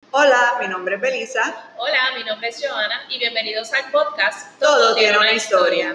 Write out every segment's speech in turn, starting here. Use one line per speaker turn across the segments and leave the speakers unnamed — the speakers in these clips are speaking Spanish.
Hola, mi nombre es Belisa.
Hola, mi nombre es Joana y bienvenidos al podcast
Todo tiene una historia.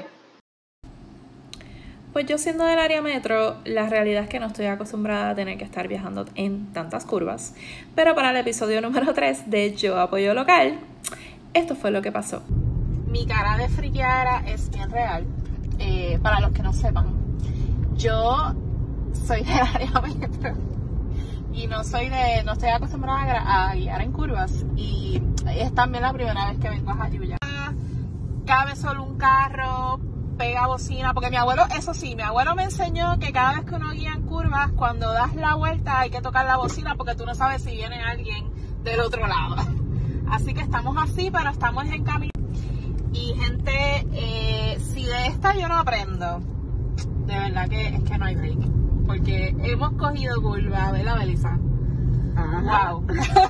Pues yo siendo del área metro, la realidad es que no estoy acostumbrada a tener que estar viajando en tantas curvas. Pero para el episodio número 3 de Yo Apoyo Local, esto fue lo que pasó. Mi cara de friqueara es bien real. Para los que no sepan, yo soy del área metro y no estoy acostumbrada a guiar en curvas. Y es también la primera vez que vengo a Jayuya. Cabe solo un carro, pega bocina, porque mi abuelo me enseñó que cada vez que uno guía en curvas, cuando das la vuelta hay que tocar la bocina porque tú no sabes si viene alguien del otro lado. Así que estamos así, pero estamos en camino. Y gente, si de esta yo no aprendo, de verdad que es que no hay break. Porque hemos cogido curvas, ¿verdad, Belisa?
Ajá.
Wow.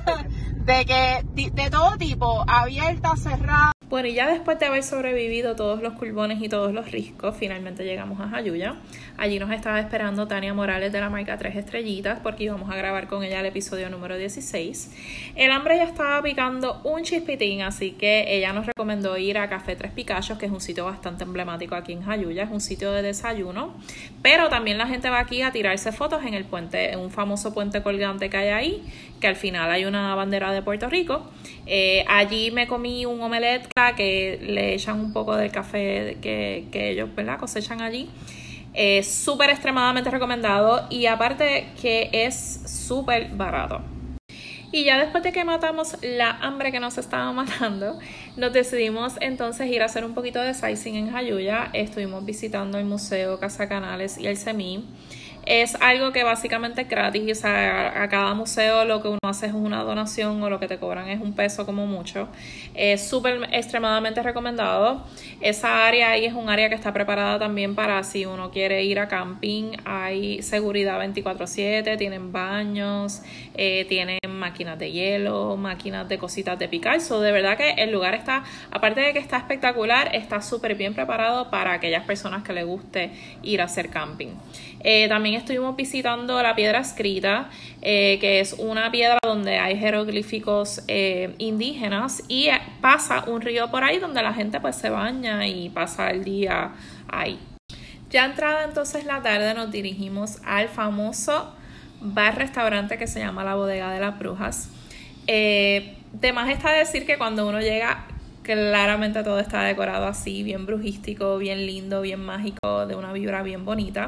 de todo tipo, abierta, cerrada. Bueno, y ya después de haber sobrevivido todos los curvones y todos los riscos, finalmente llegamos a Jayuya. Allí nos estaba esperando Tania Morales de la marca 3 Estrellitas porque íbamos a grabar con ella el episodio número 16. El hambre ya estaba picando un chispitín, así que ella nos recomendó ir a Café Tres Picachos, que es un sitio bastante emblemático aquí en Jayuya, es un sitio de desayuno, pero también la gente va aquí a tirarse fotos en el puente, en un famoso puente colgante que hay ahí, que al final hay una bandera de Puerto Rico. Allí me comí un omelette que le echan un poco del café que ellos, ¿verdad?, cosechan allí. Súper extremadamente recomendado y aparte que es súper barato. Y ya después de que matamos la hambre que nos estaba matando, nos decidimos entonces ir a hacer un poquito de sightseeing en Jayuya. Estuvimos visitando el Museo Casa Canales y el CEMI. Es algo que básicamente es gratis, o sea, a cada museo lo que uno hace es una donación o lo que te cobran es $1 como mucho. Es súper extremadamente recomendado. Esa área ahí es un área que está preparada también para si uno quiere ir a camping. Hay seguridad 24/7, tienen baños, tienen máquinas de hielo, máquinas de cositas de picar. So, de verdad que el lugar está, aparte de que está espectacular, está súper bien preparado para aquellas personas que les guste ir a hacer camping. También estuvimos visitando la Piedra Escrita, que es una piedra donde hay jeroglíficos indígenas y pasa un río por ahí donde la gente pues se baña y pasa el día ahí. Ya entrada entonces la tarde nos dirigimos al famoso bar-restaurante que se llama La Bodega de las Brujas. De más está decir que cuando uno llega, claramente todo está decorado así, bien brujístico, bien lindo, bien mágico, de una vibra bien bonita.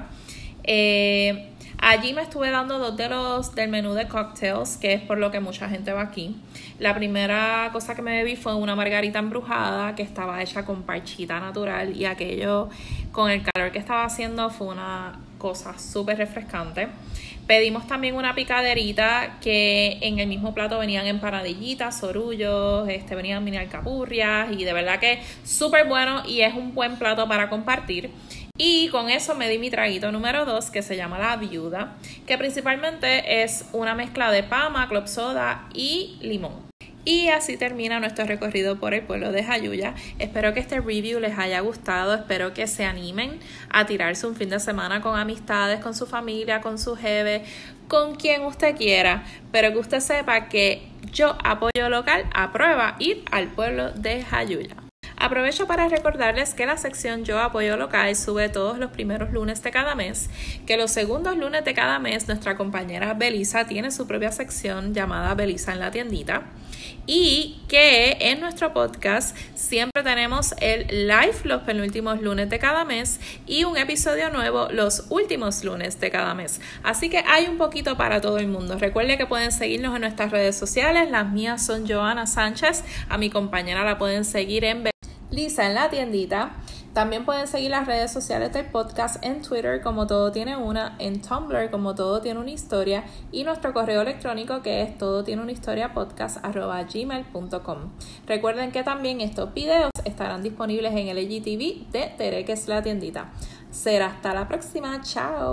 Allí me estuve dando 2 del menú de cocktails, que es por lo que mucha gente va aquí. La primera cosa que me bebí fue una margarita embrujada que estaba hecha con parchita natural y aquello con el calor que estaba haciendo fue una cosa súper refrescante. Pedimos también una picaderita que en el mismo plato venían empanadillitas, sorullos, venían mini alcapurrias y de verdad que súper bueno y es un buen plato para compartir. Y con eso me di mi traguito número 2 que se llama La Viuda, que principalmente es una mezcla de pama, club soda y limón. Y así termina nuestro recorrido por el pueblo de Jayuya. Espero que este review les haya gustado, espero que se animen a tirarse un fin de semana con amistades, con su familia, con su jeve, con quien usted quiera, pero que usted sepa que Yo Apoyo Local aprueba ir al pueblo de Jayuya. Aprovecho para recordarles que la sección Yo Apoyo Local sube todos los primeros lunes de cada mes, que los segundos lunes de cada mes nuestra compañera Belisa tiene su propia sección llamada Belisa en la Tiendita y que en nuestro podcast siempre tenemos el live los penúltimos lunes de cada mes y un episodio nuevo los últimos lunes de cada mes. Así que hay un poquito para todo el mundo. Recuerden que pueden seguirnos en nuestras redes sociales. Las mías son Joana Sánchez. A mi compañera la pueden seguir en Lisa en la Tiendita. También pueden seguir las redes sociales del podcast en Twitter como Todo Tiene Una, en Tumblr como Todo Tiene Una Historia y nuestro correo electrónico que es todotieneunahistoriapodcast@gmail.com. Recuerden que también estos videos estarán disponibles en el IGTV de Tere, que es la tiendita. Será hasta la próxima. Chao.